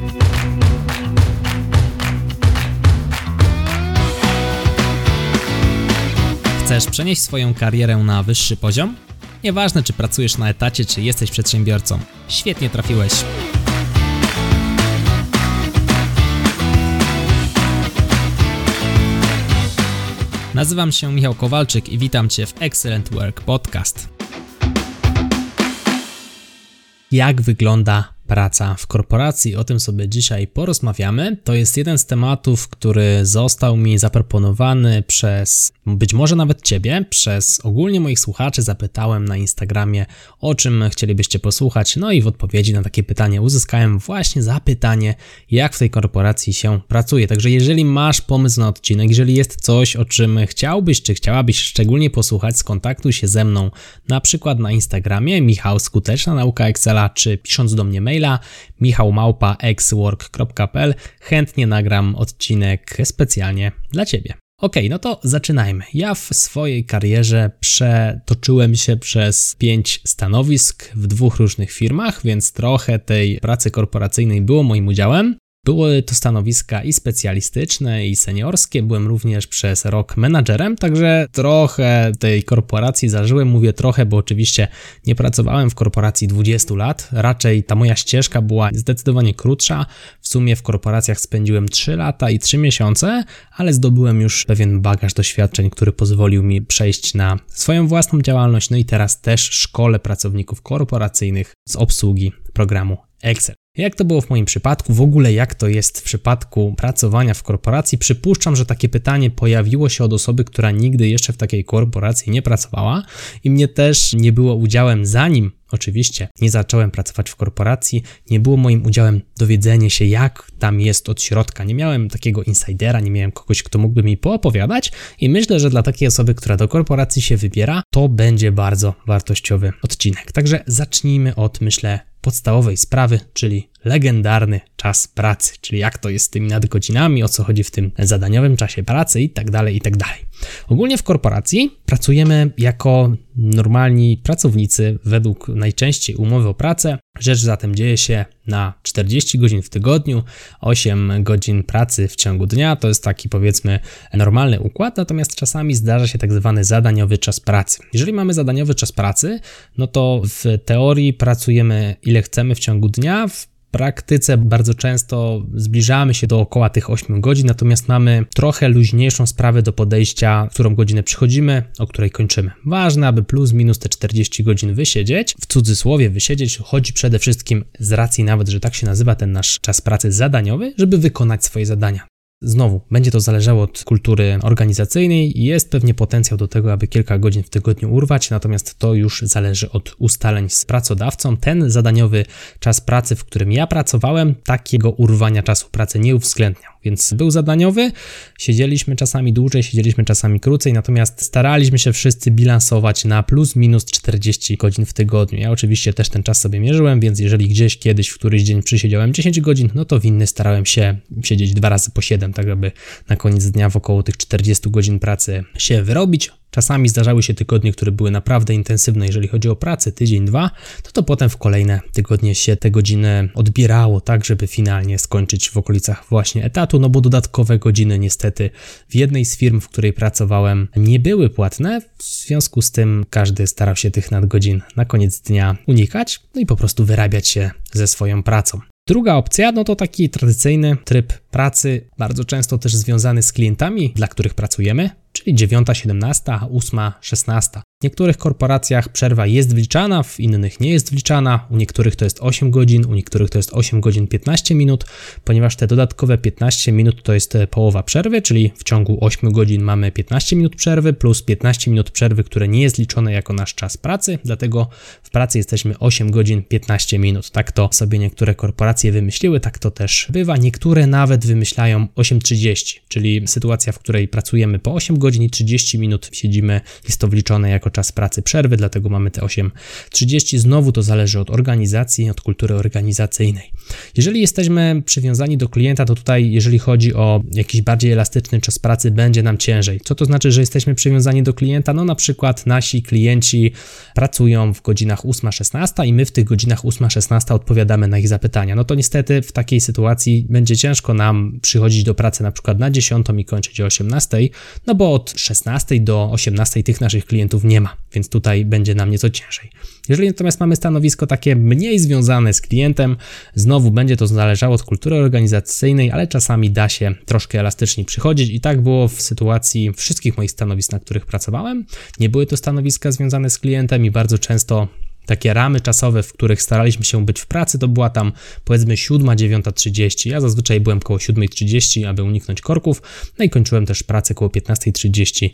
Chcesz przenieść swoją karierę na wyższy poziom? Nieważne, czy pracujesz na etacie, czy jesteś przedsiębiorcą. Świetnie trafiłeś. Nazywam się Michał Kowalczyk i witam Cię w Excellent Work Podcast. Jak wygląda praca w korporacji? O tym sobie dzisiaj porozmawiamy. To jest jeden z tematów, który został mi zaproponowany przez, być może nawet Ciebie, przez ogólnie moich słuchaczy. Zapytałem na Instagramie, o czym chcielibyście posłuchać, no i w odpowiedzi na takie pytanie uzyskałem właśnie zapytanie, jak w tej korporacji się pracuje. Także jeżeli masz pomysł na odcinek, jeżeli jest coś, o czym chciałbyś, czy chciałabyś szczególnie posłuchać, skontaktuj się ze mną na przykład na Instagramie Michał Skuteczna Nauka Excela, czy pisząc do mnie maila michał@xwork.pl. Chętnie nagram odcinek specjalnie dla Ciebie. Okej, no to zaczynajmy. Ja w swojej karierze przetoczyłem się przez 5 stanowisk w 2 różnych firmach, więc trochę tej pracy korporacyjnej było moim udziałem. Były to stanowiska i specjalistyczne, i seniorskie. Byłem również przez rok menadżerem, także trochę tej korporacji zażyłem. Mówię trochę, bo oczywiście nie pracowałem w korporacji 20 lat. Raczej ta moja ścieżka była zdecydowanie krótsza. W sumie w korporacjach spędziłem 3 lata i 3 miesiące, ale zdobyłem już pewien bagaż doświadczeń, który pozwolił mi przejść na swoją własną działalność. No i teraz też szkolę pracowników korporacyjnych z obsługi programu Excel. Jak to było w moim przypadku? W ogóle jak to jest w przypadku pracowania w korporacji? Przypuszczam, że takie pytanie pojawiło się od osoby, która nigdy jeszcze w takiej korporacji nie pracowała i mnie też nie było udziałem, zanim oczywiście nie zacząłem pracować w korporacji, nie było moim udziałem dowiedzenie się, jak tam jest od środka. Nie miałem takiego insidera, nie miałem kogoś, kto mógłby mi poopowiadać i myślę, że dla takiej osoby, która do korporacji się wybiera, to będzie bardzo wartościowy odcinek. Także zacznijmy od, myślę, podstawowej sprawy, czyli legendarny czas pracy, czyli jak to jest z tymi nadgodzinami, o co chodzi w tym zadaniowym czasie pracy i tak dalej, i tak dalej. Ogólnie w korporacji pracujemy jako normalni pracownicy według najczęściej umowy o pracę. Rzecz zatem dzieje się na 40 godzin w tygodniu, 8 godzin pracy w ciągu dnia, to jest taki powiedzmy normalny układ, natomiast czasami zdarza się tak zwany zadaniowy czas pracy. Jeżeli mamy zadaniowy czas pracy, no to w teorii pracujemy ile chcemy w ciągu dnia, w praktyce bardzo często zbliżamy się do około tych 8 godzin, natomiast mamy trochę luźniejszą sprawę do podejścia, w którą godzinę przychodzimy, o której kończymy. Ważne, aby plus minus te 40 godzin wysiedzieć, w cudzysłowie wysiedzieć, chodzi przede wszystkim z racji nawet, że tak się nazywa ten nasz czas pracy zadaniowy, żeby wykonać swoje zadania. Znowu, będzie to zależało od kultury organizacyjnej i jest pewnie potencjał do tego, aby kilka godzin w tygodniu urwać, natomiast to już zależy od ustaleń z pracodawcą. Ten zadaniowy czas pracy, w którym ja pracowałem, takiego urwania czasu pracy nie uwzględniał, więc był zadaniowy, siedzieliśmy czasami dłużej, siedzieliśmy czasami krócej, natomiast staraliśmy się wszyscy bilansować na plus minus 40 godzin w tygodniu. Ja oczywiście też ten czas sobie mierzyłem, więc jeżeli gdzieś kiedyś w któryś dzień przysiedziałem 10 godzin, no to w inny starałem się siedzieć 2 razy po 7, tak żeby na koniec dnia w około tych 40 godzin pracy się wyrobić. Czasami zdarzały się tygodnie, które były naprawdę intensywne, jeżeli chodzi o pracę, tydzień, 2, to potem w kolejne tygodnie się te godziny odbierało, tak żeby finalnie skończyć w okolicach właśnie etatu, no bo dodatkowe godziny niestety w jednej z firm, w której pracowałem, nie były płatne, w związku z tym każdy starał się tych nadgodzin na koniec dnia unikać, no i po prostu wyrabiać się ze swoją pracą. Druga opcja, no to taki tradycyjny tryb pracy, bardzo często też związany z klientami, dla których pracujemy, czyli 9:17, 8:16. W niektórych korporacjach przerwa jest wliczana, w innych nie jest wliczana, u niektórych to jest 8 godzin, u niektórych to jest 8 godzin 15 minut, ponieważ te dodatkowe 15 minut to jest połowa przerwy, czyli w ciągu 8 godzin mamy 15 minut przerwy plus 15 minut przerwy, które nie jest liczone jako nasz czas pracy, dlatego w pracy jesteśmy 8 godzin 15 minut. Tak to sobie niektóre korporacje wymyśliły, tak to też bywa. Niektóre nawet wymyślają 8:30, czyli sytuacja, w której pracujemy po 8 godzin i 30 minut siedzimy, jest to wliczone jako czas pracy przerwy, dlatego mamy te 8:30. Znowu to zależy od organizacji, od kultury organizacyjnej. Jeżeli jesteśmy przywiązani do klienta, to tutaj, jeżeli chodzi o jakiś bardziej elastyczny czas pracy, będzie nam ciężej. Co to znaczy, że jesteśmy przywiązani do klienta? No na przykład nasi klienci pracują w godzinach 8-16 i my w tych godzinach 8-16 odpowiadamy na ich zapytania. No to niestety w takiej sytuacji będzie ciężko nam przychodzić do pracy na przykład na 10 i kończyć o 18, no bo od 16 do 18 tych naszych klientów nie ma, więc tutaj będzie nam nieco ciężej. Jeżeli natomiast mamy stanowisko takie mniej związane z klientem, znowu będzie to zależało od kultury organizacyjnej, ale czasami da się troszkę elastycznie przychodzić i tak było w sytuacji wszystkich moich stanowisk, na których pracowałem. Nie były to stanowiska związane z klientem i bardzo często takie ramy czasowe, w których staraliśmy się być w pracy, to była tam powiedzmy 7-9:30. Ja zazwyczaj byłem koło 7:30, aby uniknąć korków, no i kończyłem też pracę koło 15:30,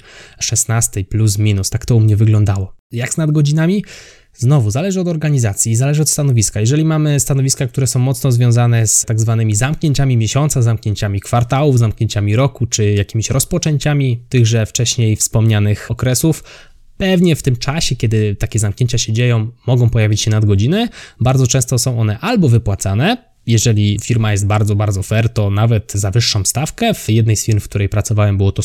16 plus minus. Tak to u mnie wyglądało. Jak z nadgodzinami? Znowu, zależy od organizacji, zależy od stanowiska. Jeżeli mamy stanowiska, które są mocno związane z tak zwanymi zamknięciami miesiąca, zamknięciami kwartałów, zamknięciami roku, czy jakimiś rozpoczęciami tychże wcześniej wspomnianych okresów, pewnie w tym czasie, kiedy takie zamknięcia się dzieją, mogą pojawić się nadgodziny. Bardzo często są one albo wypłacane, jeżeli firma jest bardzo, bardzo fair, to nawet za wyższą stawkę. W jednej z firm, w której pracowałem, było to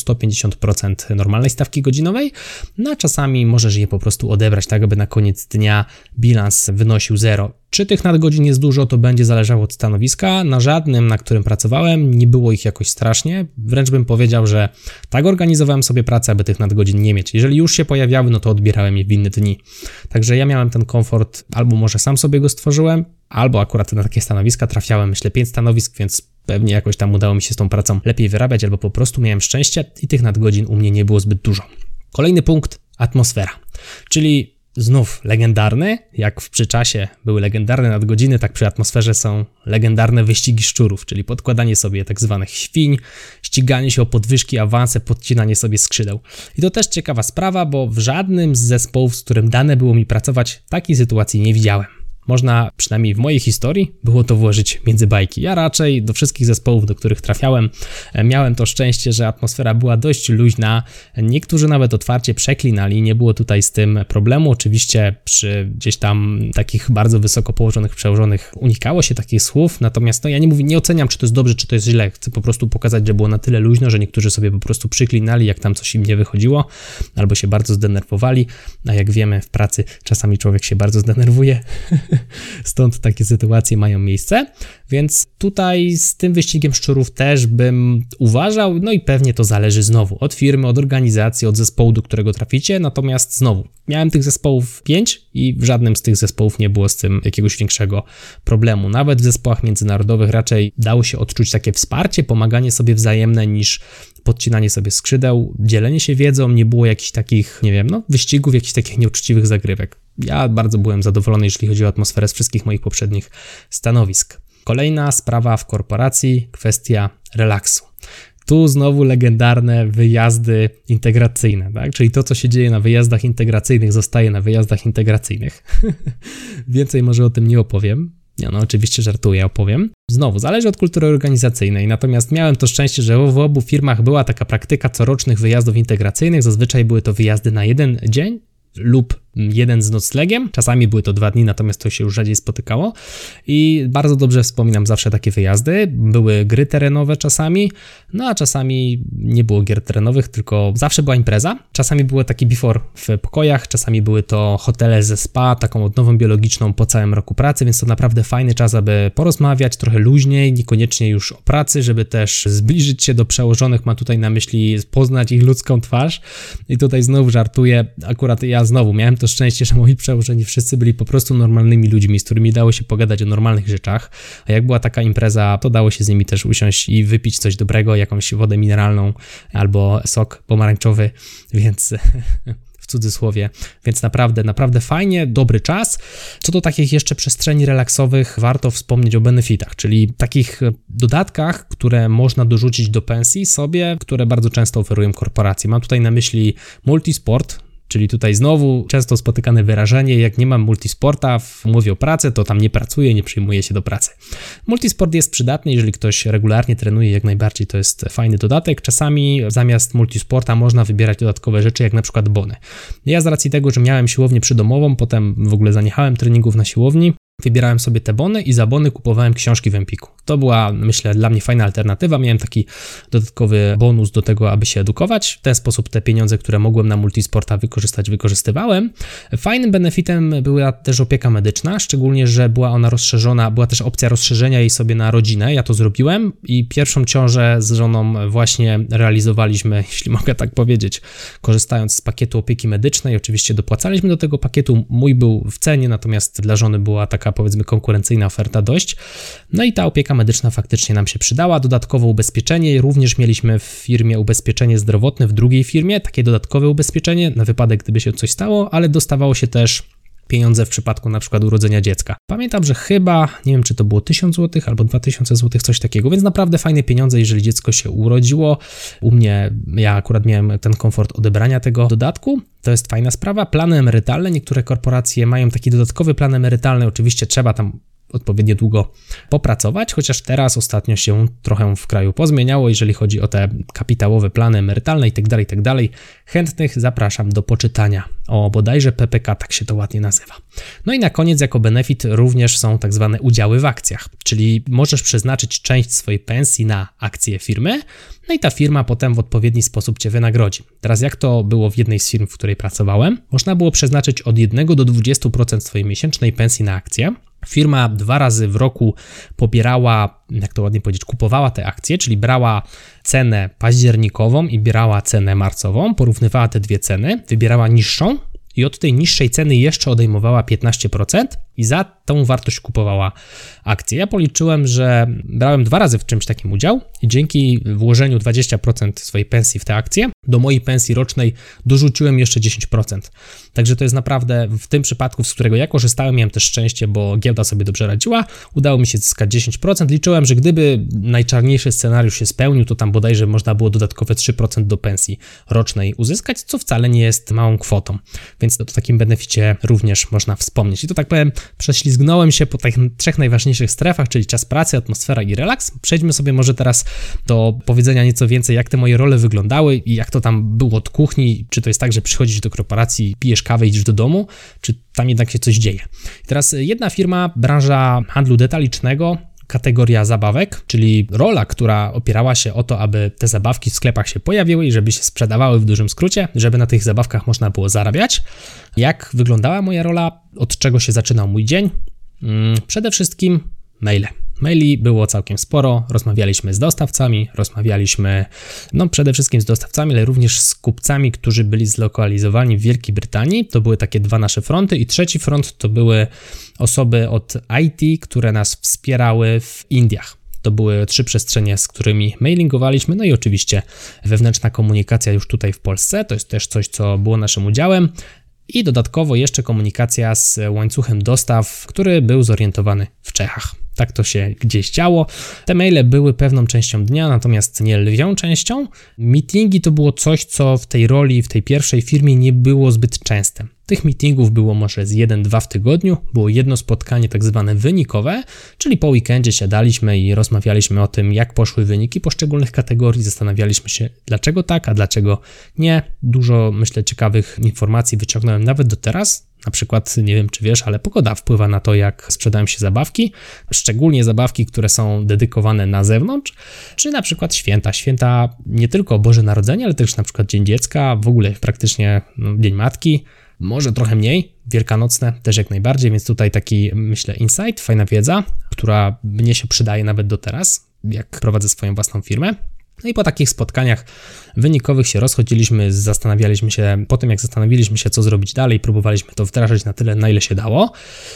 150% normalnej stawki godzinowej, no a czasami możesz je po prostu odebrać, tak aby na koniec dnia bilans wynosił 0. Czy tych nadgodzin jest dużo, to będzie zależało od stanowiska. Na żadnym, na którym pracowałem, nie było ich jakoś strasznie. Wręcz bym powiedział, że tak organizowałem sobie pracę, aby tych nadgodzin nie mieć. Jeżeli już się pojawiały, no to odbierałem je w inne dni. Także ja miałem ten komfort, albo może sam sobie go stworzyłem, albo akurat na takie stanowiska trafiałem, myślę, 5 stanowisk, więc pewnie jakoś tam udało mi się z tą pracą lepiej wyrabiać, albo po prostu miałem szczęście i tych nadgodzin u mnie nie było zbyt dużo. Kolejny punkt, atmosfera, czyli znów legendarny, jak w przyczasie były legendarne nadgodziny, tak przy atmosferze są legendarne wyścigi szczurów, czyli podkładanie sobie tak zwanych świń, ściganie się o podwyżki, awanse, podcinanie sobie skrzydeł. I to też ciekawa sprawa, bo w żadnym z zespołów, z którym dane było mi pracować, takiej sytuacji nie widziałem. Można, przynajmniej w mojej historii, było to włożyć między bajki. Ja raczej do wszystkich zespołów, do których trafiałem, miałem to szczęście, że atmosfera była dość luźna. Niektórzy nawet otwarcie przeklinali, nie było tutaj z tym problemu. Oczywiście przy gdzieś tam takich bardzo wysoko położonych przełożonych unikało się takich słów, natomiast no, ja nie oceniam, czy to jest dobrze, czy to jest źle. Chcę po prostu pokazać, że było na tyle luźno, że niektórzy sobie po prostu przyklinali, jak tam coś im nie wychodziło, albo się bardzo zdenerwowali, a jak wiemy, w pracy czasami człowiek się bardzo zdenerwuje. Stąd takie sytuacje mają miejsce, więc tutaj z tym wyścigiem szczurów też bym uważał, no i pewnie to zależy znowu od firmy, od organizacji, od zespołu, do którego traficie, natomiast znowu, miałem tych zespołów 5 i w żadnym z tych zespołów nie było z tym jakiegoś większego problemu. Nawet w zespołach międzynarodowych raczej dało się odczuć takie wsparcie, pomaganie sobie wzajemne niż podcinanie sobie skrzydeł, dzielenie się wiedzą, nie było jakichś takich, nie wiem, no wyścigów, jakichś takich nieuczciwych zagrywek. Ja bardzo byłem zadowolony, jeśli chodzi o atmosferę z wszystkich moich poprzednich stanowisk. Kolejna sprawa w korporacji, kwestia relaksu. Tu znowu legendarne wyjazdy integracyjne, tak? Czyli to, co się dzieje na wyjazdach integracyjnych, zostaje na wyjazdach integracyjnych. Więcej może o tym nie opowiem. No oczywiście żartuję, opowiem. Znowu, zależy od kultury organizacyjnej, natomiast miałem to szczęście, że w obu firmach była taka praktyka corocznych wyjazdów integracyjnych. Zazwyczaj były to wyjazdy na jeden dzień lub jeden z noclegiem, czasami były to 2 dni, natomiast to się już rzadziej spotykało i bardzo dobrze wspominam zawsze takie wyjazdy. Były gry terenowe czasami, no a czasami nie było gier terenowych, tylko zawsze była impreza. Czasami było taki before w pokojach, czasami były to hotele ze spa, taką odnową biologiczną po całym roku pracy, więc to naprawdę fajny czas, aby porozmawiać trochę luźniej, niekoniecznie już o pracy, żeby też zbliżyć się do przełożonych, mam tutaj na myśli poznać ich ludzką twarz i tutaj znowu żartuję, akurat ja znowu miałem to szczęście, że moi przełożeni wszyscy byli po prostu normalnymi ludźmi, z którymi dało się pogadać o normalnych rzeczach, a jak była taka impreza, to dało się z nimi też usiąść i wypić coś dobrego, jakąś wodę mineralną albo sok pomarańczowy, więc w cudzysłowie, więc naprawdę fajnie, dobry czas. Co do takich jeszcze przestrzeni relaksowych, warto wspomnieć o benefitach, czyli takich dodatkach, które można dorzucić do pensji sobie, które bardzo często oferują korporacje. Mam tutaj na myśli multisport, czyli tutaj znowu często spotykane wyrażenie, jak nie mam multisporta w umowie o pracę, to tam nie pracuję, nie przyjmuję się do pracy. Multisport jest przydatny, jeżeli ktoś regularnie trenuje, jak najbardziej to jest fajny dodatek. Czasami zamiast multisporta można wybierać dodatkowe rzeczy, jak na przykład bony. Ja z racji tego, że miałem siłownię przydomową, potem w ogóle zaniechałem treningów na siłowni, wybierałem sobie te bony i za bony kupowałem książki w Empiku. To była, myślę, dla mnie fajna alternatywa. Miałem taki dodatkowy bonus do tego, aby się edukować. W ten sposób te pieniądze, które mogłem na multisporta wykorzystywałem. Fajnym benefitem była też opieka medyczna, szczególnie, że była ona rozszerzona, była też opcja rozszerzenia jej sobie na rodzinę. Ja to zrobiłem i pierwszą ciążę z żoną właśnie realizowaliśmy, jeśli mogę tak powiedzieć, korzystając z pakietu opieki medycznej. Oczywiście dopłacaliśmy do tego pakietu. Mój był w cenie, natomiast dla żony była taka, powiedzmy, konkurencyjna oferta dość. No i ta opieka medyczna faktycznie nam się przydała. Dodatkowo ubezpieczenie. Również mieliśmy w firmie ubezpieczenie zdrowotne, w drugiej firmie takie dodatkowe ubezpieczenie na wypadek, gdyby się coś stało, ale dostawało się też pieniądze w przypadku na przykład urodzenia dziecka. Pamiętam, że chyba, nie wiem, czy to było 1000 zł albo 2000 zł, coś takiego, więc naprawdę fajne pieniądze, jeżeli dziecko się urodziło. U mnie, ja akurat miałem ten komfort odebrania tego dodatku. To jest fajna sprawa. Plany emerytalne. Niektóre korporacje mają taki dodatkowy plan emerytalny. Oczywiście trzeba tam odpowiednio długo popracować, chociaż teraz ostatnio się trochę w kraju pozmieniało, jeżeli chodzi o te kapitałowe plany emerytalne itd. Chętnych zapraszam do poczytania o bodajże PPK, tak się to ładnie nazywa. No i na koniec jako benefit również są tak zwane udziały w akcjach, czyli możesz przeznaczyć część swojej pensji na akcje firmy, no i ta firma potem w odpowiedni sposób Cię wynagrodzi. Teraz jak to było w jednej z firm, w której pracowałem, można było przeznaczyć od 1 do 20% swojej miesięcznej pensji na akcje. Firma 2 razy w roku pobierała, jak to ładnie powiedzieć, kupowała te akcje, czyli brała cenę październikową i brała cenę marcową, porównywała te dwie ceny, wybierała niższą i od tej niższej ceny jeszcze odejmowała 15% i za tą wartość kupowała akcje. Ja policzyłem, że brałem 2 razy w czymś takim udział i dzięki włożeniu 20% swojej pensji w te akcje, do mojej pensji rocznej dorzuciłem jeszcze 10%. Także to jest naprawdę w tym przypadku, z którego ja korzystałem, miałem też szczęście, bo giełda sobie dobrze radziła, udało mi się zyskać 10%. Liczyłem, że gdyby najczarniejszy scenariusz się spełnił, to tam bodajże można było dodatkowe 3% do pensji rocznej uzyskać, co wcale nie jest małą kwotą. Więc o takim beneficie również można wspomnieć. I to tak powiem, prześlizgnąłem się po tych 3 najważniejszych strefach, czyli czas pracy, atmosfera i relaks. Przejdźmy sobie może teraz do powiedzenia nieco więcej, jak te moje role wyglądały i jak to tam było od kuchni. Czy to jest tak, że przychodzisz do korporacji, pijesz kawę i idziesz do domu, czy tam jednak się coś dzieje. I teraz jedna firma, branża handlu detalicznego, kategoria zabawek, czyli rola, która opierała się o to, aby te zabawki w sklepach się pojawiły i żeby się sprzedawały w dużym skrócie, żeby na tych zabawkach można było zarabiać. Jak wyglądała moja rola? Od czego się zaczynał mój dzień? Przede wszystkim maile. Maili było całkiem sporo, rozmawialiśmy z dostawcami, przede wszystkim z dostawcami, ale również z kupcami, którzy byli zlokalizowani w Wielkiej Brytanii. To były takie 2 nasze fronty i trzeci front to były osoby od IT, które nas wspierały w Indiach. To były 3 przestrzenie, z którymi mailingowaliśmy, no i oczywiście wewnętrzna komunikacja już tutaj w Polsce, to jest też coś, co było naszym udziałem. I dodatkowo jeszcze komunikacja z łańcuchem dostaw, który był zorientowany w Czechach. Tak to się gdzieś działo. Te maile były pewną częścią dnia, natomiast nie lwią częścią. Meetingi to było coś, co w tej roli, w tej pierwszej firmie nie było zbyt częste. Tych meetingów było może z 1-2 w tygodniu, było jedno spotkanie tak zwane wynikowe, czyli po weekendzie siadaliśmy i rozmawialiśmy o tym, jak poszły wyniki poszczególnych kategorii, zastanawialiśmy się, dlaczego tak, a dlaczego nie. Dużo, myślę, ciekawych informacji wyciągnąłem nawet do teraz. Na przykład, nie wiem czy wiesz, ale pogoda wpływa na to, jak sprzedają się zabawki, szczególnie zabawki, które są dedykowane na zewnątrz, czy na przykład święta nie tylko Boże Narodzenie, ale też na przykład Dzień Dziecka, w ogóle praktycznie Dzień Matki, może trochę mniej, wielkanocne też jak najbardziej, więc tutaj taki, myślę, insight, fajna wiedza, która mnie się przydaje nawet do teraz, jak prowadzę swoją własną firmę. No i po takich spotkaniach wynikowych się rozchodziliśmy, zastanowiliśmy się, co zrobić dalej, próbowaliśmy to wdrażać na tyle, na ile się dało.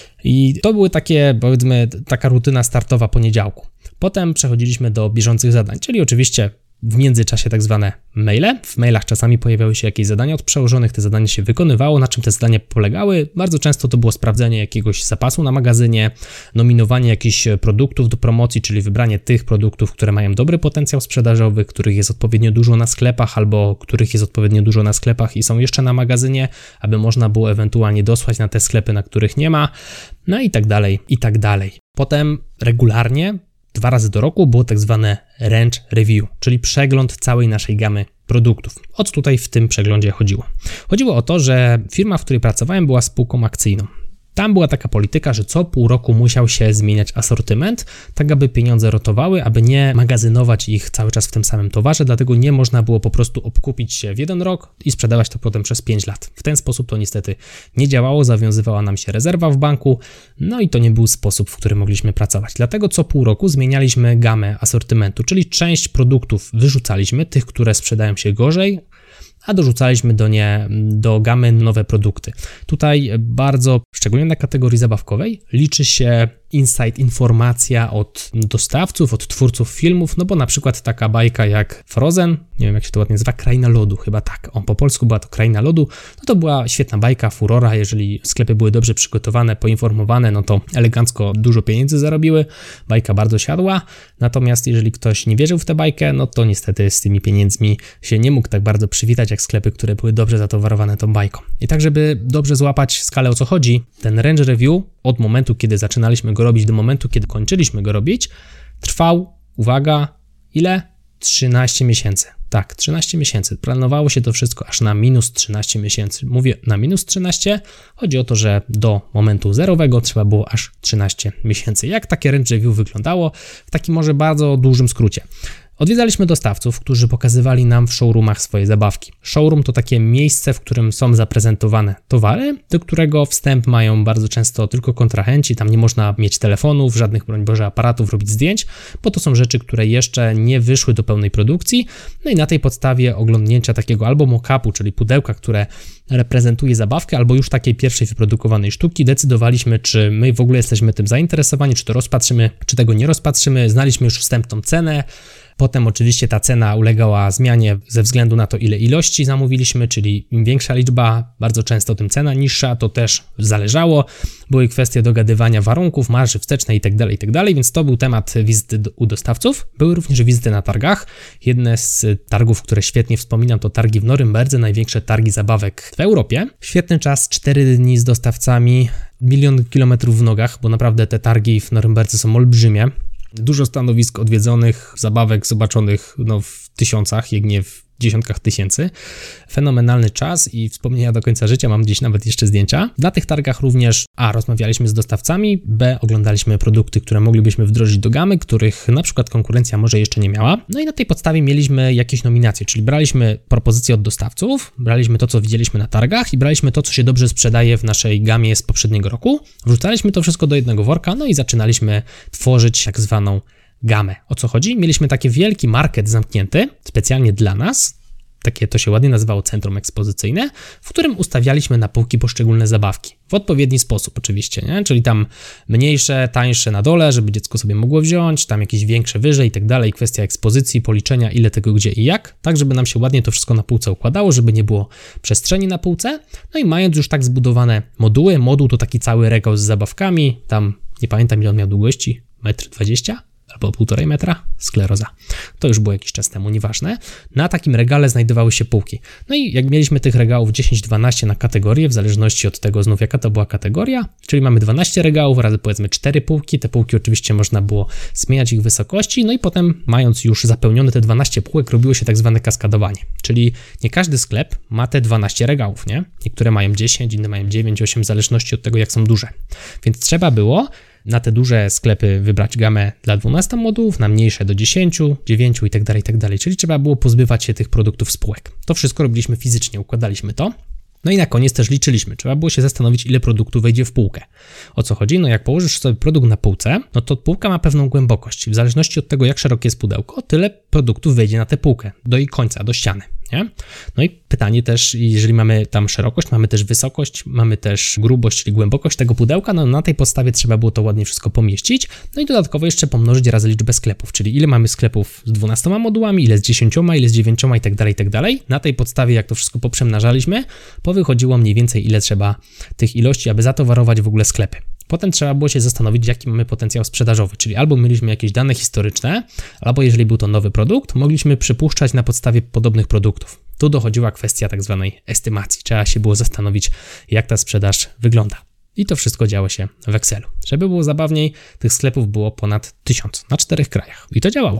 I to były takie, powiedzmy, taka rutyna startowa poniedziałku. Potem przechodziliśmy do bieżących zadań, czyli oczywiście w międzyczasie tak zwane maile. W mailach czasami pojawiały się jakieś zadania od przełożonych, te zadania się wykonywało. Na czym te zadania polegały? Bardzo często to było sprawdzenie jakiegoś zapasu na magazynie, nominowanie jakichś produktów do promocji, czyli wybranie tych produktów, które mają dobry potencjał sprzedażowy, których jest odpowiednio dużo na sklepach, albo których jest odpowiednio dużo na sklepach i są jeszcze na magazynie, aby można było ewentualnie dosłać na te sklepy, na których nie ma, no i tak dalej, i tak dalej. Potem regularnie 2 razy do roku było tak zwane range review, czyli przegląd całej naszej gamy produktów. O co tutaj w tym przeglądzie chodziło? Chodziło o to, że firma, w której pracowałem, była spółką akcyjną. Tam była taka polityka, że co pół roku musiał się zmieniać asortyment, tak aby pieniądze rotowały, aby nie magazynować ich cały czas w tym samym towarze, dlatego nie można było po prostu obkupić się w jeden rok i sprzedawać to potem przez 5 lat. W ten sposób to niestety nie działało, zawiązywała nam się rezerwa w banku, no i to nie był sposób, w którym mogliśmy pracować. Dlatego co pół roku zmienialiśmy gamę asortymentu, czyli część produktów wyrzucaliśmy, tych, które sprzedają się gorzej, a dorzucaliśmy do gamy nowe produkty. Tutaj bardzo, szczególnie na kategorii zabawkowej, liczy się insight, informacja od dostawców, od twórców filmów, no bo na przykład taka bajka jak Frozen, nie wiem jak się to ładnie nazywa, Kraina Lodu, chyba tak, po polsku była to Kraina Lodu, no to była świetna bajka, furora, jeżeli sklepy były dobrze przygotowane, poinformowane, no to elegancko dużo pieniędzy zarobiły, bajka bardzo siadła, natomiast jeżeli ktoś nie wierzył w tę bajkę, no to niestety z tymi pieniędzmi się nie mógł tak bardzo przywitać, jak sklepy, które były dobrze zatowarowane tą bajką. I tak, żeby dobrze złapać skalę, o co chodzi, ten range review od momentu, kiedy zaczynaliśmy go robić do momentu, kiedy kończyliśmy go robić, trwał, uwaga, ile? 13 miesięcy. Tak, 13 miesięcy. Planowało się to wszystko aż na minus 13 miesięcy. Mówię na minus 13, chodzi o to, że do momentu zerowego trzeba było aż 13 miesięcy. Jak takie range review wyglądało? W takim może bardzo dużym skrócie. Odwiedzaliśmy dostawców, którzy pokazywali nam w showroomach swoje zabawki. Showroom to takie miejsce, w którym są zaprezentowane towary, do którego wstęp mają bardzo często tylko kontrahenci, tam nie można mieć telefonów, żadnych, broń Boże, aparatów, robić zdjęć, bo to są rzeczy, które jeszcze nie wyszły do pełnej produkcji, no i na tej podstawie oglądnięcia takiego albo mock-upu, czyli pudełka, które reprezentuje zabawkę, albo już takiej pierwszej wyprodukowanej sztuki, decydowaliśmy, czy my w ogóle jesteśmy tym zainteresowani, czy to rozpatrzymy, czy tego nie rozpatrzymy, znaliśmy już wstępną cenę. Potem oczywiście ta cena ulegała zmianie ze względu na to, ile ilości zamówiliśmy, czyli im większa liczba, bardzo często tym cena niższa, to też zależało. Były kwestie dogadywania warunków, marży wstecznej itd., więc to był temat wizyty u dostawców. Były również wizyty na targach. Jedne z targów, które świetnie wspominam, to targi w Norymberdze, największe targi zabawek w Europie. Świetny czas, 4 dni z dostawcami, 1 000 000 kilometrów w nogach, bo naprawdę te targi w Norymberdze są olbrzymie. Dużo stanowisk odwiedzonych, zabawek zobaczonych w tysiącach, jak nie w dziesiątkach tysięcy. Fenomenalny czas i wspomnienia do końca życia, mam gdzieś nawet jeszcze zdjęcia. Na tych targach również rozmawialiśmy z dostawcami, oglądaliśmy produkty, które moglibyśmy wdrożyć do gamy, których na przykład konkurencja może jeszcze nie miała. No i na tej podstawie mieliśmy jakieś nominacje, czyli braliśmy propozycje od dostawców, braliśmy to, co widzieliśmy na targach i braliśmy to, co się dobrze sprzedaje w naszej gamie z poprzedniego roku. Wrzucaliśmy to wszystko do jednego worka, no i zaczynaliśmy tworzyć tak zwaną gamę. O co chodzi? Mieliśmy taki wielki market zamknięty, specjalnie dla nas, takie to się ładnie nazywało centrum ekspozycyjne, w którym ustawialiśmy na półki poszczególne zabawki. W odpowiedni sposób oczywiście, nie? Czyli tam mniejsze, tańsze na dole, żeby dziecko sobie mogło wziąć, tam jakieś większe wyżej i tak dalej, kwestia ekspozycji, policzenia, ile tego gdzie i jak, tak żeby nam się ładnie to wszystko na półce układało, żeby nie było przestrzeni na półce. No i mając już tak zbudowane moduły, moduł to taki cały regał z zabawkami, tam nie pamiętam ile on miał długości, 1,20 m? Albo 1,5 metra, skleroza. To już było jakiś czas temu, nieważne. Na takim regale znajdowały się półki. No i jak mieliśmy tych regałów 10-12 na kategorię, w zależności od tego znów jaka to była kategoria, czyli mamy 12 regałów razy powiedzmy 4 półki. Te półki oczywiście można było zmieniać ich wysokości, no i potem mając już zapełnione te 12 półek, robiło się tak zwane kaskadowanie. Czyli nie każdy sklep ma te 12 regałów, nie? Niektóre mają 10, inne mają 9, 8, w zależności od tego jak są duże. Więc trzeba było na te duże sklepy wybrać gamę dla 12 modułów, na mniejsze do 10, 9 i tak dalej, czyli trzeba było pozbywać się tych produktów z półek. To wszystko robiliśmy fizycznie, układaliśmy to. No i na koniec też liczyliśmy. Trzeba było się zastanowić, ile produktu wejdzie w półkę. O co chodzi? No jak położysz sobie produkt na półce, no to półka ma pewną głębokość. W zależności od tego, jak szerokie jest pudełko, tyle produktów wejdzie na tę półkę, do jej końca, do ściany. Nie? No i pytanie też, jeżeli mamy tam szerokość, mamy też wysokość, mamy też grubość, czyli głębokość tego pudełka, no na tej podstawie trzeba było to ładnie wszystko pomieścić, no i dodatkowo jeszcze pomnożyć razy liczbę sklepów, czyli ile mamy sklepów z 12 modułami, ile z 10, ile z 9 i tak dalej. Na tej podstawie, jak to wszystko poprzemnażaliśmy, powychodziło mniej więcej ile trzeba tych ilości, aby zatowarować w ogóle sklepy. Potem trzeba było się zastanowić, jaki mamy potencjał sprzedażowy, czyli albo mieliśmy jakieś dane historyczne, albo jeżeli był to nowy produkt, mogliśmy przypuszczać na podstawie podobnych produktów. Tu dochodziła kwestia tak zwanej estymacji. Trzeba się było zastanowić, jak ta sprzedaż wygląda. I to wszystko działo się w Excelu. Żeby było zabawniej, tych sklepów było ponad 1000 na 4 krajach. I to działało.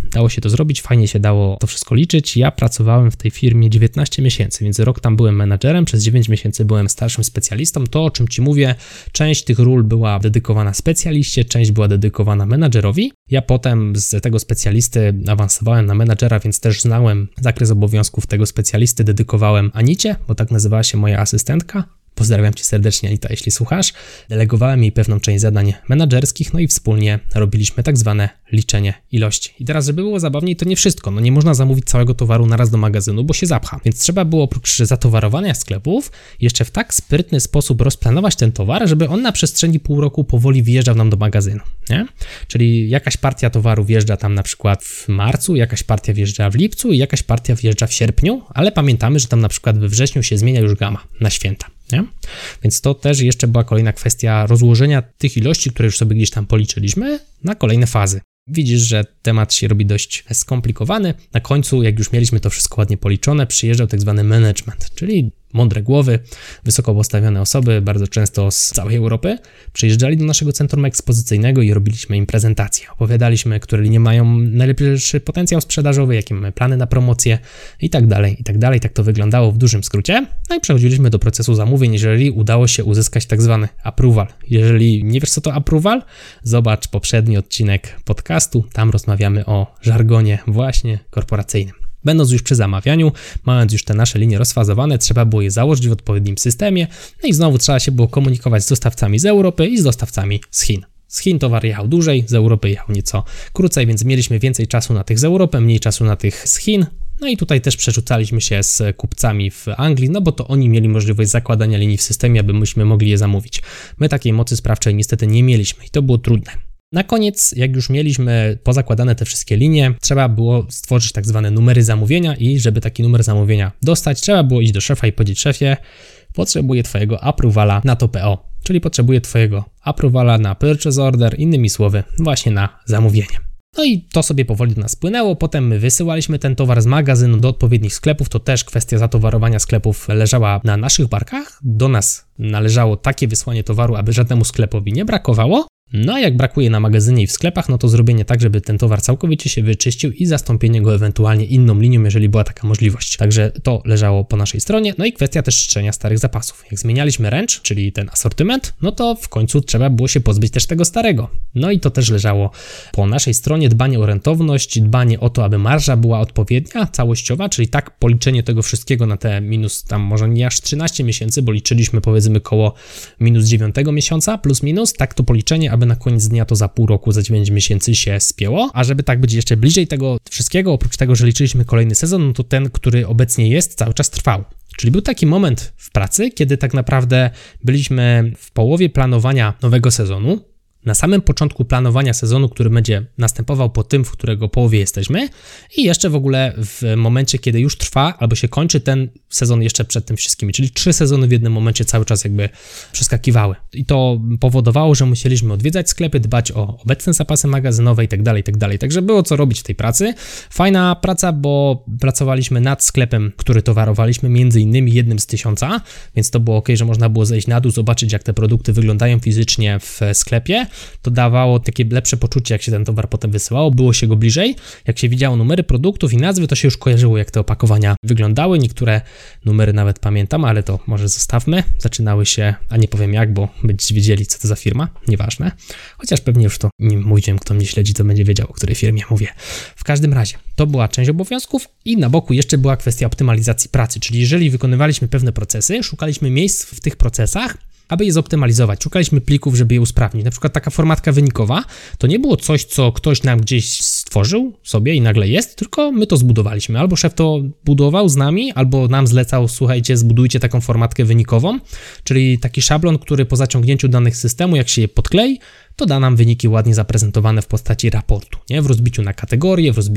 dało się to zrobić, fajnie się dało to wszystko liczyć. Ja pracowałem w tej firmie 19 miesięcy, więc rok tam byłem menadżerem, przez 9 miesięcy byłem starszym specjalistą. To, o czym Ci mówię, część tych ról była dedykowana specjaliście, część była dedykowana menadżerowi. Ja potem z tego specjalisty awansowałem na menadżera, więc też znałem zakres obowiązków tego specjalisty, dedykowałem Anicie, bo tak nazywała się moja asystentka. Pozdrawiam Cię serdecznie, Anita, jeśli słuchasz. Delegowałem jej pewną część zadań menadżerskich, no i wspólnie robiliśmy tak zwane liczenie ilości. I teraz, żeby było zabawniej, to nie wszystko. No nie można zamówić całego towaru naraz do magazynu, bo się zapcha. Więc trzeba było oprócz zatowarowania sklepów jeszcze w tak sprytny sposób rozplanować ten towar, żeby on na przestrzeni pół roku powoli wjeżdżał nam do magazynu, nie? Czyli jakaś partia towaru wjeżdża tam na przykład w marcu, jakaś partia wjeżdża w lipcu i jakaś partia wjeżdża w sierpniu, ale pamiętamy, że tam na przykład we wrześniu się zmienia już gama na święta. Nie? Więc to też jeszcze była kolejna kwestia rozłożenia tych ilości, które już sobie gdzieś tam policzyliśmy, na kolejne fazy. Widzisz, że temat się robi dość skomplikowany. Na końcu, jak już mieliśmy to wszystko ładnie policzone, przyjeżdżał tak zwany management, czyli mądre głowy, wysoko postawione osoby, bardzo często z całej Europy, przyjeżdżali do naszego centrum ekspozycyjnego i robiliśmy im prezentacje. Opowiadaliśmy, które linie mają najlepszy potencjał sprzedażowy, jakie mamy plany na promocję i tak dalej, i tak dalej. Tak to wyglądało w dużym skrócie. No i przechodziliśmy do procesu zamówień, jeżeli udało się uzyskać tak zwany approval. Jeżeli nie wiesz, co to approval, zobacz poprzedni odcinek podcastu, tam rozmawiamy o żargonie właśnie korporacyjnym. Będąc już przy zamawianiu, mając już te nasze linie rozfazowane, trzeba było je założyć w odpowiednim systemie, no i znowu trzeba się było komunikować z dostawcami z Europy i z dostawcami z Chin. Z Chin towar jechał dłużej, z Europy jechał nieco krócej, więc mieliśmy więcej czasu na tych z Europy, mniej czasu na tych z Chin. No i tutaj też przerzucaliśmy się z kupcami w Anglii, no bo to oni mieli możliwość zakładania linii w systemie, aby myśmy mogli je zamówić. My takiej mocy sprawczej niestety nie mieliśmy i to było trudne. Na koniec, jak już mieliśmy pozakładane te wszystkie linie, trzeba było stworzyć tak zwane numery zamówienia i żeby taki numer zamówienia dostać, trzeba było iść do szefa i powiedzieć: szefie, potrzebuję Twojego approvala na to PO, czyli potrzebuję Twojego approvala na purchase order, innymi słowy, właśnie na zamówienie. No i to sobie powoli do nas płynęło, potem my wysyłaliśmy ten towar z magazynu do odpowiednich sklepów, to też kwestia zatowarowania sklepów leżała na naszych barkach, do nas należało takie wysłanie towaru, aby żadnemu sklepowi nie brakowało. No a jak brakuje na magazynie i w sklepach, no to zrobienie tak, żeby ten towar całkowicie się wyczyścił i zastąpienie go ewentualnie inną linią, jeżeli była taka możliwość. Także to leżało po naszej stronie. No i kwestia też czczenia starych zapasów. Jak zmienialiśmy range, czyli ten asortyment, no to w końcu trzeba było się pozbyć też tego starego. No i to też leżało po naszej stronie. Dbanie o rentowność, dbanie o to, aby marża była odpowiednia, całościowa, czyli tak policzenie tego wszystkiego na te minus tam może nie aż 13 miesięcy, bo liczyliśmy powiedzmy koło minus 9 miesiąca, plus minus, tak to policzenie, aby na koniec dnia to za pół roku, za 9 miesięcy się spięło, a żeby tak być jeszcze bliżej tego wszystkiego, oprócz tego, że liczyliśmy kolejny sezon, no to ten, który obecnie jest, cały czas trwał. Czyli był taki moment w pracy, kiedy tak naprawdę byliśmy w połowie planowania nowego sezonu, na samym początku planowania sezonu, który będzie następował po tym, w którego połowie jesteśmy i jeszcze w ogóle w momencie, kiedy już trwa albo się kończy ten sezon jeszcze przed tym wszystkimi, czyli 3 sezony w jednym momencie cały czas jakby przeskakiwały. I to powodowało, że musieliśmy odwiedzać sklepy, dbać o obecne zapasy magazynowe i tak dalej, także było co robić w tej pracy. Fajna praca, bo pracowaliśmy nad sklepem, który towarowaliśmy, między innymi jednym z 1000, więc to było ok, że można było zejść na dół, zobaczyć jak te produkty wyglądają fizycznie w sklepie. To dawało takie lepsze poczucie, jak się ten towar potem wysyłało, było się go bliżej. Jak się widziało numery produktów i nazwy, to się już kojarzyło, jak te opakowania wyglądały. Niektóre numery nawet pamiętam, ale to może zostawmy. Zaczynały się, a nie powiem jak, bo będziecie wiedzieli, co to za firma, nieważne. Chociaż pewnie już to nie mówiłem, kto mnie śledzi, to będzie wiedział, o której firmie mówię. W każdym razie, to była część obowiązków i na boku jeszcze była kwestia optymalizacji pracy, czyli jeżeli wykonywaliśmy pewne procesy, szukaliśmy miejsc w tych procesach, aby je zoptymalizować. Szukaliśmy plików, żeby je usprawnić. Na przykład taka formatka wynikowa to nie było coś, co ktoś nam gdzieś stworzył sobie i nagle jest, tylko my to zbudowaliśmy. Albo szef to budował z nami, albo nam zlecał: słuchajcie, zbudujcie taką formatkę wynikową, czyli taki szablon, który po zaciągnięciu danych systemu, jak się je podklei, to da nam wyniki ładnie zaprezentowane w postaci raportu, nie? W rozbiciu na kategorie, w rozbiciu na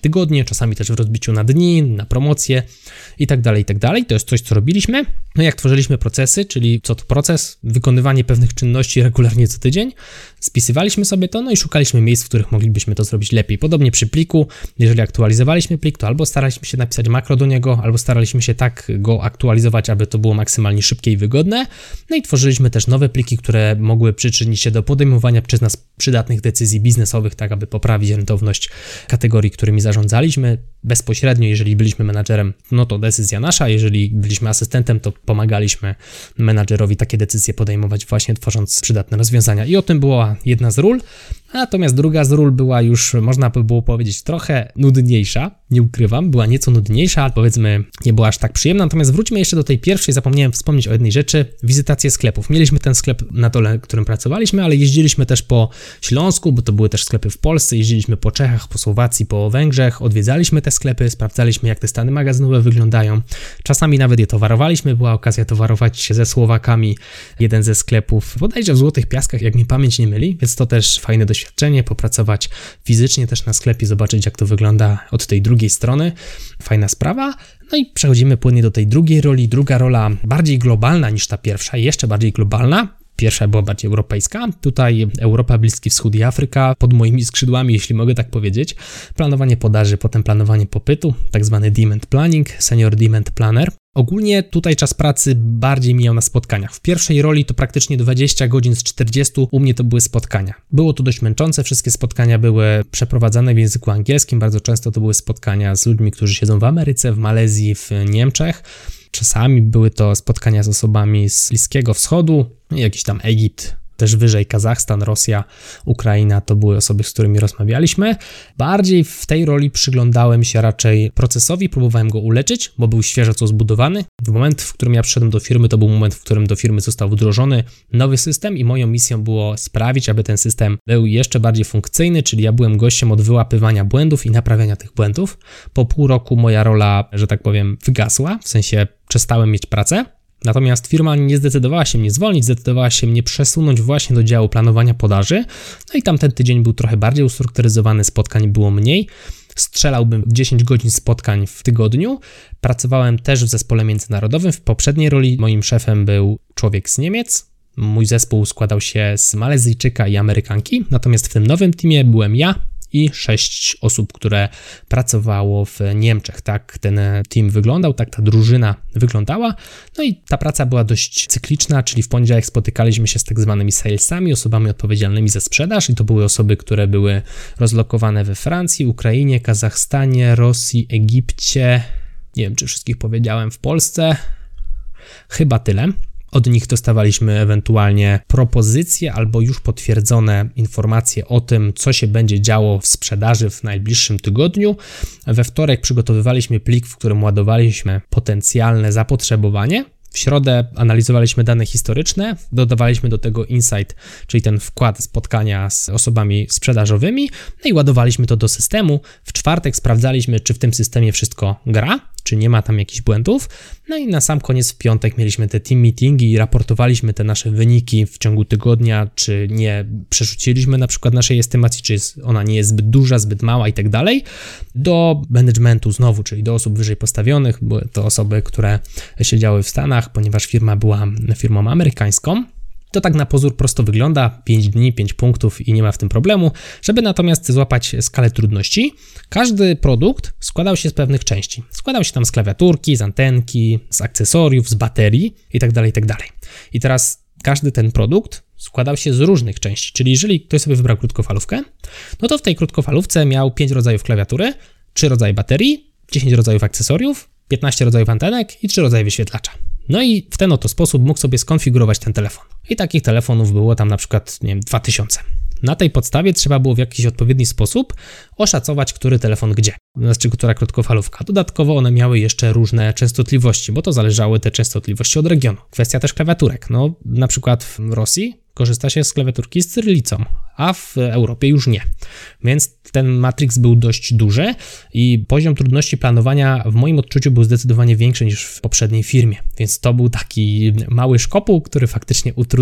tygodnie, czasami też w rozbiciu na dni, na promocje i tak dalej, i tak dalej. To jest coś, co robiliśmy. No jak tworzyliśmy procesy, czyli co to proces, wykonywanie pewnych czynności regularnie co tydzień, spisywaliśmy sobie to, no i szukaliśmy miejsc, w których moglibyśmy to zrobić lepiej. Podobnie przy pliku, jeżeli aktualizowaliśmy plik, to albo staraliśmy się napisać makro do niego, albo staraliśmy się tak go aktualizować, aby to było maksymalnie szybkie i wygodne. No i tworzyliśmy też nowe pliki, które mogły przyczynić się do podejmowania przez nas przydatnych decyzji biznesowych, tak aby poprawić rentowność kategorii, którymi zarządzaliśmy. Bezpośrednio, jeżeli byliśmy menadżerem, no to decyzja nasza, jeżeli byliśmy asystentem, to pomagaliśmy menadżerowi takie decyzje podejmować właśnie tworząc przydatne rozwiązania. I o tym była jedna z ról, natomiast druga z ról była już, można by było powiedzieć, trochę nudniejsza, nie ukrywam, była nieco nudniejsza, ale powiedzmy nie była aż tak przyjemna, natomiast wróćmy jeszcze do tej pierwszej, zapomniałem wspomnieć o jednej rzeczy, wizytację sklepów. Mieliśmy ten sklep na dole, w którym pracowaliśmy, ale jeździliśmy też po Śląsku, bo to były też sklepy w Polsce, jeździliśmy po Czechach, po Słowacji, po Węgrzech, odwiedzaliśmy te sklepy, sprawdzaliśmy, jak te stany magazynowe wyglądają, czasami nawet je towarowaliśmy, była okazja towarować się ze Słowakami, jeden ze sklepów, bodajże w Złotych Piaskach, jak mnie pamięć nie myli, więc to też fajne doświadczenie, popracować fizycznie też na sklepie, zobaczyć, jak to wygląda od tej drugiej strony, fajna sprawa. No i przechodzimy płynnie do tej drugiej roli, druga rola bardziej globalna niż ta pierwsza, jeszcze bardziej globalna. Pierwsza była bardziej europejska, tutaj Europa, Bliski Wschód i Afryka pod moimi skrzydłami, jeśli mogę tak powiedzieć. Planowanie podaży, potem planowanie popytu, tak zwany demand planning, senior demand planner. Ogólnie tutaj czas pracy bardziej mijał na spotkaniach. W pierwszej roli to praktycznie 20 godzin z 40, u mnie to były spotkania. Było to dość męczące, wszystkie spotkania były przeprowadzane w języku angielskim, bardzo często to były spotkania z ludźmi, którzy siedzą w Ameryce, w Malezji, w Niemczech. Czasami były to spotkania z osobami z Bliskiego Wschodu, jakiś tam Egipt, też wyżej Kazachstan, Rosja, Ukraina, to były osoby, z którymi rozmawialiśmy. Bardziej w tej roli przyglądałem się raczej procesowi, próbowałem go uleczyć, bo był świeżo co zbudowany. W moment, w którym ja przyszedłem do firmy, to był moment, w którym do firmy został wdrożony nowy system i moją misją było sprawić, aby ten system był jeszcze bardziej funkcyjny, czyli ja byłem gościem od wyłapywania błędów i naprawiania tych błędów. Po pół roku moja rola, że tak powiem, wygasła, w sensie przestałem mieć pracę. Natomiast firma nie zdecydowała się mnie zwolnić, zdecydowała się mnie przesunąć właśnie do działu planowania podaży. No i tamten tydzień był trochę bardziej ustrukturyzowany, spotkań było mniej. Strzelałbym 10 godzin spotkań w tygodniu. Pracowałem też w zespole międzynarodowym. W poprzedniej roli moim szefem był człowiek z Niemiec. Mój zespół składał się z Malezyjczyka i Amerykanki. Natomiast w tym nowym teamie byłem ja i 6 osób, które pracowało w Niemczech. Tak ten team wyglądał, tak ta drużyna wyglądała. No i ta praca była dość cykliczna, czyli w poniedziałek spotykaliśmy się z tak zwanymi salesami, osobami odpowiedzialnymi za sprzedaż i to były osoby, które były rozlokowane we Francji, Ukrainie, Kazachstanie, Rosji, Egipcie. Nie wiem, czy wszystkich powiedziałem, w Polsce. Chyba tyle. Od nich dostawaliśmy ewentualnie propozycje albo już potwierdzone informacje o tym, co się będzie działo w sprzedaży w najbliższym tygodniu. We wtorek przygotowywaliśmy plik, w którym ładowaliśmy potencjalne zapotrzebowanie. W środę analizowaliśmy dane historyczne, dodawaliśmy do tego insight, czyli ten wkład spotkania z osobami sprzedażowymi, no i ładowaliśmy to do systemu. W czwartek sprawdzaliśmy, czy w tym systemie wszystko gra, czy nie ma tam jakichś błędów. No i na sam koniec w piątek mieliśmy te team meetingi i raportowaliśmy te nasze wyniki w ciągu tygodnia, czy nie przerzuciliśmy na przykład naszej estymacji, czy ona nie jest zbyt duża, zbyt mała i tak dalej, do managementu znowu, czyli do osób wyżej postawionych, były to osoby, które siedziały w Stanach, ponieważ firma była firmą amerykańską. To tak na pozór prosto wygląda, 5 dni, 5 punktów i nie ma w tym problemu. Żeby natomiast złapać skalę trudności, każdy produkt składał się z pewnych części. Składał się tam z klawiaturki, z antenki, z akcesoriów, z baterii itd., itd. I teraz każdy ten produkt składał się z różnych części, czyli jeżeli ktoś sobie wybrał krótkofalówkę, no to w tej krótkofalówce miał 5 rodzajów klawiatury, 3 rodzaje baterii, 10 rodzajów akcesoriów, 15 rodzajów antenek i 3 rodzaje wyświetlacza. No i w ten oto sposób mógł sobie skonfigurować ten telefon. I takich telefonów było tam na przykład, 2000. Na tej podstawie trzeba było w jakiś odpowiedni sposób oszacować, który telefon gdzie, znaczy która krótkofalówka. Dodatkowo one miały jeszcze różne częstotliwości, bo to zależały te częstotliwości od regionu. Kwestia też klawiaturek. No, na przykład w Rosji korzysta się z klawiaturki z cyrylicą, a w Europie już nie. Więc ten matrix był dość duży i poziom trudności planowania w moim odczuciu był zdecydowanie większy niż w poprzedniej firmie. Więc to był taki mały szkopuł, który faktycznie utrudniał.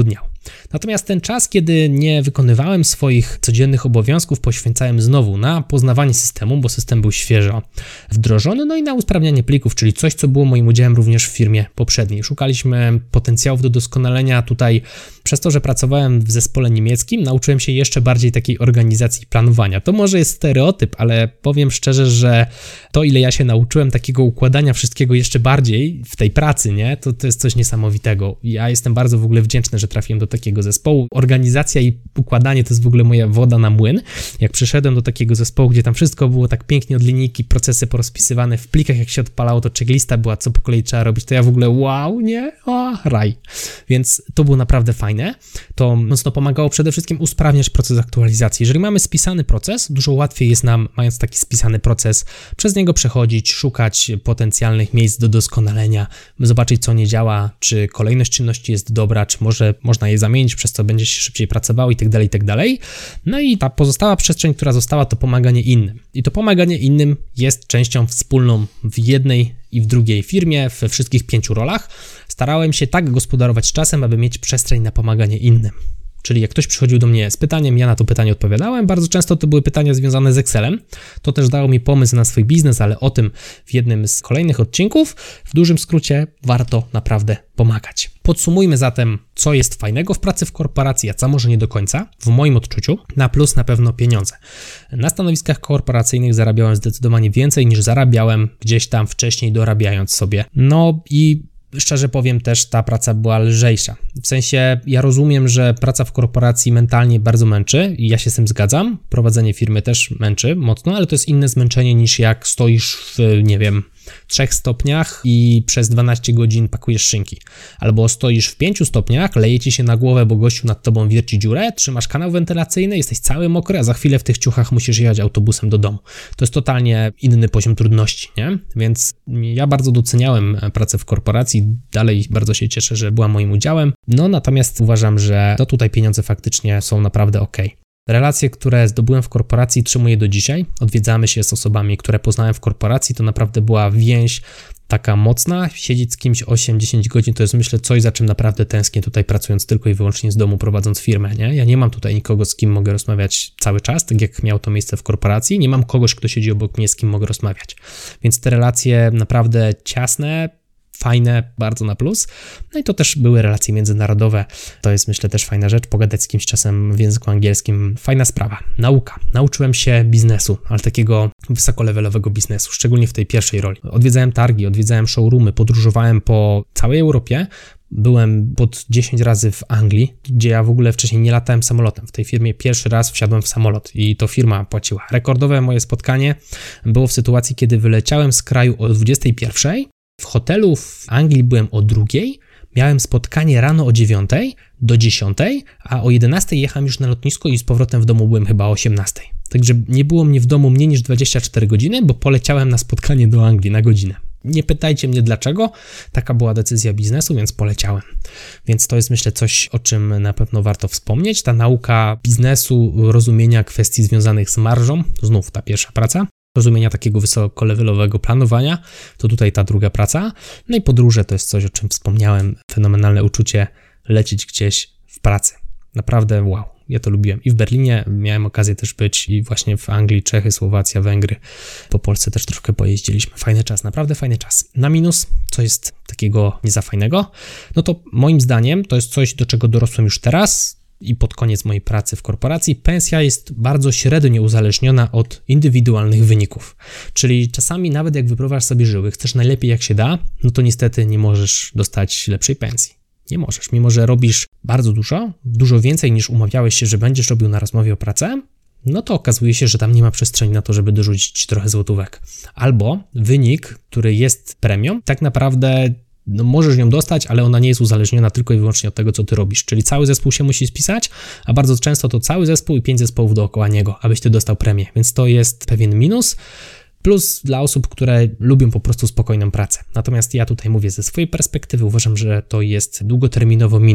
Natomiast ten czas, kiedy nie wykonywałem swoich codziennych obowiązków, poświęcałem znowu na poznawanie systemu, bo system był świeżo wdrożony, no i na usprawnianie plików, czyli coś, co było moim udziałem również w firmie poprzedniej. Szukaliśmy potencjałów do doskonalenia. Tutaj przez to, że pracowałem w zespole niemieckim, nauczyłem się jeszcze bardziej takiej organizacji i planowania. To może jest stereotyp, ale powiem szczerze, że to, ile ja się nauczyłem takiego układania wszystkiego jeszcze bardziej w tej pracy, nie, to jest coś niesamowitego. Ja jestem bardzo w ogóle wdzięczny, że trafiłem do takiego zespołu. Organizacja i układanie to jest w ogóle moja woda na młyn. Jak przyszedłem do takiego zespołu, gdzie tam wszystko było tak pięknie od linijki, procesy porozpisywane w plikach, jak się odpalało, to checklista była, co po kolei trzeba robić, to ja w ogóle wow, nie? O, raj. Więc to było naprawdę fajne. To mocno pomagało przede wszystkim usprawniać proces aktualizacji. Jeżeli mamy spisany proces, dużo łatwiej jest nam, mając taki spisany proces, przez niego przechodzić, szukać potencjalnych miejsc do doskonalenia, zobaczyć, co nie działa, czy kolejność czynności jest dobra, czy może można je zamienić, przez co będzie się szybciej pracowało i tak dalej, i tak dalej. No i ta pozostała przestrzeń, która została, to pomaganie innym. I to pomaganie innym jest częścią wspólną w jednej i w drugiej firmie, we wszystkich 5 rolach. Starałem się tak gospodarować czasem, aby mieć przestrzeń na pomaganie innym. Czyli jak ktoś przychodził do mnie z pytaniem, ja na to pytanie odpowiadałem. Bardzo często to były pytania związane z Excelem. To też dało mi pomysł na swój biznes, ale o tym w jednym z kolejnych odcinków. W dużym skrócie warto naprawdę pomagać. Podsumujmy zatem, co jest fajnego w pracy w korporacji, a co może nie do końca, w moim odczuciu. Na plus na pewno pieniądze. Na stanowiskach korporacyjnych zarabiałem zdecydowanie więcej niż zarabiałem gdzieś tam wcześniej dorabiając sobie. No i szczerze powiem też, ta praca była lżejsza. W sensie, ja rozumiem, że praca w korporacji mentalnie bardzo męczy i ja się z tym zgadzam. Prowadzenie firmy też męczy mocno, ale to jest inne zmęczenie niż jak stoisz w, nie wiem, 3 stopniach i przez 12 godzin pakujesz szynki. Albo stoisz w 5 stopniach, leje ci się na głowę, bo gościu nad tobą wierci dziurę, trzymasz kanał wentylacyjny, jesteś cały mokry, a za chwilę w tych ciuchach musisz jechać autobusem do domu. To jest totalnie inny poziom trudności, nie? Więc ja bardzo doceniałem pracę w korporacji, dalej bardzo się cieszę, że była moim udziałem, no natomiast uważam, że to tutaj pieniądze faktycznie są naprawdę okej. Relacje, które zdobyłem w korporacji, trzymuję do dzisiaj. Odwiedzamy się z osobami, które poznałem w korporacji. To naprawdę była więź taka mocna. Siedzieć z kimś 8-10 godzin to jest, myślę, coś, za czym naprawdę tęsknię tutaj, pracując tylko i wyłącznie z domu, prowadząc firmę, nie? Ja nie mam tutaj nikogo, z kim mogę rozmawiać cały czas, tak jak miało to miejsce w korporacji. Nie mam kogoś, kto siedzi obok mnie, z kim mogę rozmawiać. Więc te relacje naprawdę ciasne, fajne, bardzo na plus. No i to też były relacje międzynarodowe. To jest, myślę, też fajna rzecz. Pogadać z kimś czasem w języku angielskim. Fajna sprawa. Nauka. Nauczyłem się biznesu, ale takiego wysokolevelowego biznesu, szczególnie w tej pierwszej roli. Odwiedzałem targi, odwiedzałem showroomy, podróżowałem po całej Europie. Byłem pod 10 razy w Anglii, gdzie ja w ogóle wcześniej nie latałem samolotem. W tej firmie pierwszy raz wsiadłem w samolot i to firma płaciła. Rekordowe moje spotkanie było w sytuacji, kiedy wyleciałem z kraju o 21:00. W hotelu w Anglii byłem o 2:00, miałem spotkanie rano o 9:00 do 10:00, a o 11:00 jechałem już na lotnisko i z powrotem w domu byłem chyba o 18:00. Także nie było mnie w domu mniej niż 24 godziny, bo poleciałem na spotkanie do Anglii na godzinę. Nie pytajcie mnie dlaczego, taka była decyzja biznesu, więc poleciałem. Więc to jest, myślę, coś, o czym na pewno warto wspomnieć. Ta nauka biznesu, rozumienia kwestii związanych z marżą, znów ta pierwsza praca. Rozumienia takiego wysokolevelowego planowania, to tutaj ta druga praca. No i podróże to jest coś, o czym wspomniałem. Fenomenalne uczucie lecieć gdzieś w pracy. Naprawdę wow, ja to lubiłem. I w Berlinie miałem okazję też być i właśnie w Anglii, Czechy, Słowacja, Węgry. Po Polsce też troszkę pojeździliśmy. Fajny czas, naprawdę fajny czas. Na minus, co jest takiego nie za fajnego? No to moim zdaniem to jest coś, do czego dorosłem już teraz, i pod koniec mojej pracy w korporacji, pensja jest bardzo średnio uzależniona od indywidualnych wyników. Czyli czasami nawet jak wypruwasz sobie żyły, chcesz najlepiej jak się da, no to niestety nie możesz dostać lepszej pensji. Nie możesz, mimo że robisz bardzo dużo więcej niż umawiałeś się, że będziesz robił na rozmowie o pracę, no to okazuje się, że tam nie ma przestrzeni na to, żeby dorzucić ci trochę złotówek. Albo wynik, który jest premią, tak naprawdę możesz ją dostać, ale ona nie jest uzależniona tylko i wyłącznie od tego, co ty robisz. Czyli cały zespół się musi spisać, a bardzo często to cały zespół i 5 zespołów dookoła niego, abyś ty dostał premię. Więc to jest pewien minus. Plus dla osób, które lubią po prostu spokojną pracę. Natomiast ja tutaj mówię ze swojej perspektywy, uważam, że to jest długoterminowo minus.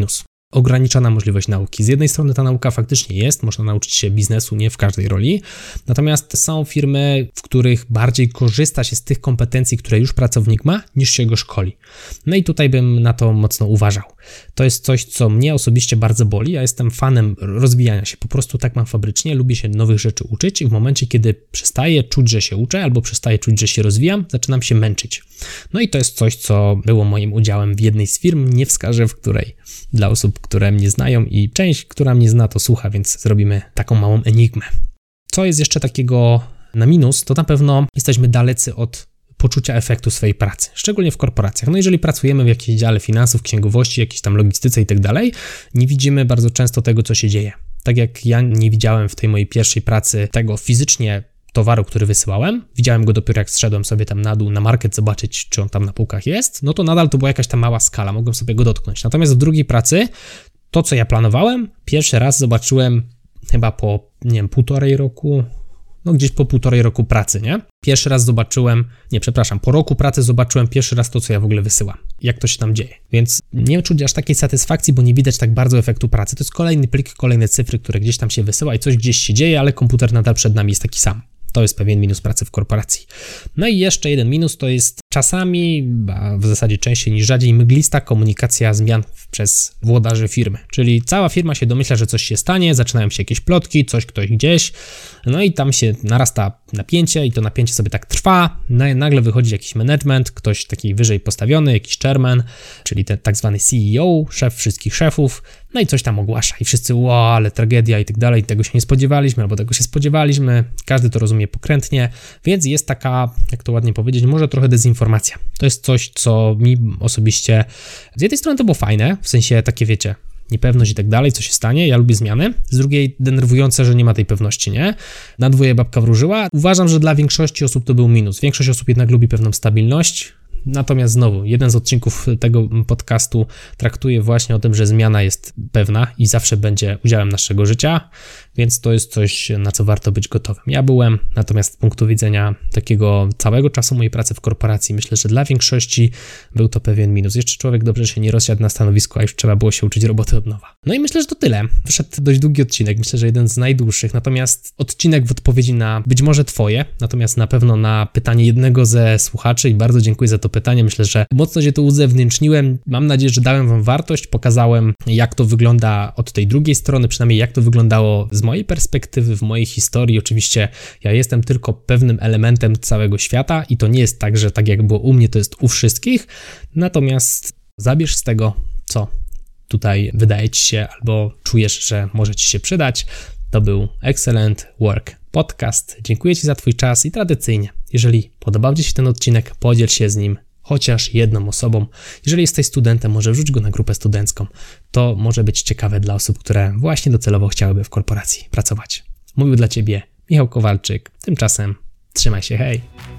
ograniczona możliwość nauki. Z jednej strony ta nauka faktycznie jest, można nauczyć się biznesu nie w każdej roli, natomiast są firmy, w których bardziej korzysta się z tych kompetencji, które już pracownik ma, niż się go szkoli. No i tutaj bym na to mocno uważał. To jest coś, co mnie osobiście bardzo boli. Ja jestem fanem rozwijania się, po prostu tak mam fabrycznie, lubię się nowych rzeczy uczyć i w momencie, kiedy przestaję czuć, że się uczę, albo przestaję czuć, że się rozwijam, zaczynam się męczyć. No i to jest coś, co było moim udziałem w jednej z firm, nie wskażę w której, dla osób, które mnie znają i część, która mnie zna, to słucha, więc zrobimy taką małą enigmę. Co jest jeszcze takiego na minus, to na pewno jesteśmy dalecy od poczucia efektu swojej pracy, szczególnie w korporacjach. No jeżeli pracujemy w jakimś dziale finansów, księgowości, jakiejś tam logistyce i tak dalej, nie widzimy bardzo często tego, co się dzieje. Tak jak ja nie widziałem w tej mojej pierwszej pracy tego fizycznie towaru, który wysyłałem, widziałem go dopiero jak zszedłem sobie tam na dół na market zobaczyć, czy on tam na półkach jest, no to nadal to była jakaś tam mała skala, mogłem sobie go dotknąć. Natomiast w drugiej pracy, to co ja planowałem, pierwszy raz zobaczyłem chyba po, półtorej roku, gdzieś po półtorej roku pracy, nie? Pierwszy raz zobaczyłem, po roku pracy zobaczyłem pierwszy raz to, co ja w ogóle wysyłam, jak to się tam dzieje. Więc nie czuć aż takiej satysfakcji, bo nie widać tak bardzo efektu pracy. To jest kolejny plik, kolejne cyfry, które gdzieś tam się wysyła i coś gdzieś się dzieje, ale komputer nadal przed nami jest taki sam. To jest pewien minus pracy w korporacji. No i jeszcze jeden minus to jest czasami, a w zasadzie częściej niż rzadziej, mglista komunikacja zmian przez włodarzy firmy. Czyli cała firma się domyśla, że coś się stanie, zaczynają się jakieś plotki, ktoś gdzieś, no i tam się narasta napięcie i to napięcie sobie tak trwa, nagle wychodzi jakiś management, ktoś taki wyżej postawiony, jakiś chairman, czyli ten tak zwany CEO, szef wszystkich szefów, no i coś tam ogłasza i wszyscy, ale tragedia i tak dalej, tego się nie spodziewaliśmy, albo tego się spodziewaliśmy, każdy to rozumie pokrętnie, więc jest taka, jak to ładnie powiedzieć, może trochę dezinformacja. To jest coś, co mi osobiście, z jednej strony to było fajne, w sensie takie wiecie, niepewność i tak dalej, co się stanie, ja lubię zmiany, z drugiej denerwujące, że nie ma tej pewności, nie? Na dwoje babka wróżyła. Uważam, że dla większości osób to był minus. Większość osób jednak lubi pewną stabilność, natomiast znowu, jeden z odcinków tego podcastu traktuje właśnie o tym, że zmiana jest pewna i zawsze będzie udziałem naszego życia, więc to jest coś, na co warto być gotowym. Ja byłem, natomiast z punktu widzenia takiego całego czasu mojej pracy w korporacji, myślę, że dla większości był to pewien minus. Jeszcze człowiek dobrze się nie rozsiadł na stanowisku, a już trzeba było się uczyć roboty od nowa. No i myślę, że to tyle. Wyszedł dość długi odcinek, myślę, że jeden z najdłuższych, natomiast odcinek w odpowiedzi na być może twoje, natomiast na pewno na pytanie jednego ze słuchaczy i bardzo dziękuję za to pytanie. Myślę, że mocno się tu uzewnętrzniłem. Mam nadzieję, że dałem wam wartość, pokazałem, jak to wygląda od tej drugiej strony, przynajmniej jak to wyglądało z mojej perspektywy, w mojej historii. Oczywiście ja jestem tylko pewnym elementem całego świata i to nie jest tak, że tak jak było u mnie, to jest u wszystkich. Natomiast zabierz z tego, co tutaj wydaje ci się albo czujesz, że może ci się przydać. To był Excellent Work Podcast. Dziękuję ci za twój czas i tradycyjnie, jeżeli podobał ci się ten odcinek, podziel się z nim chociaż jedną osobą. Jeżeli jesteś studentem, może wrzuć go na grupę studencką. To może być ciekawe dla osób, które właśnie docelowo chciałyby w korporacji pracować. Mówił dla ciebie Michał Kowalczyk. Tymczasem trzymaj się, hej!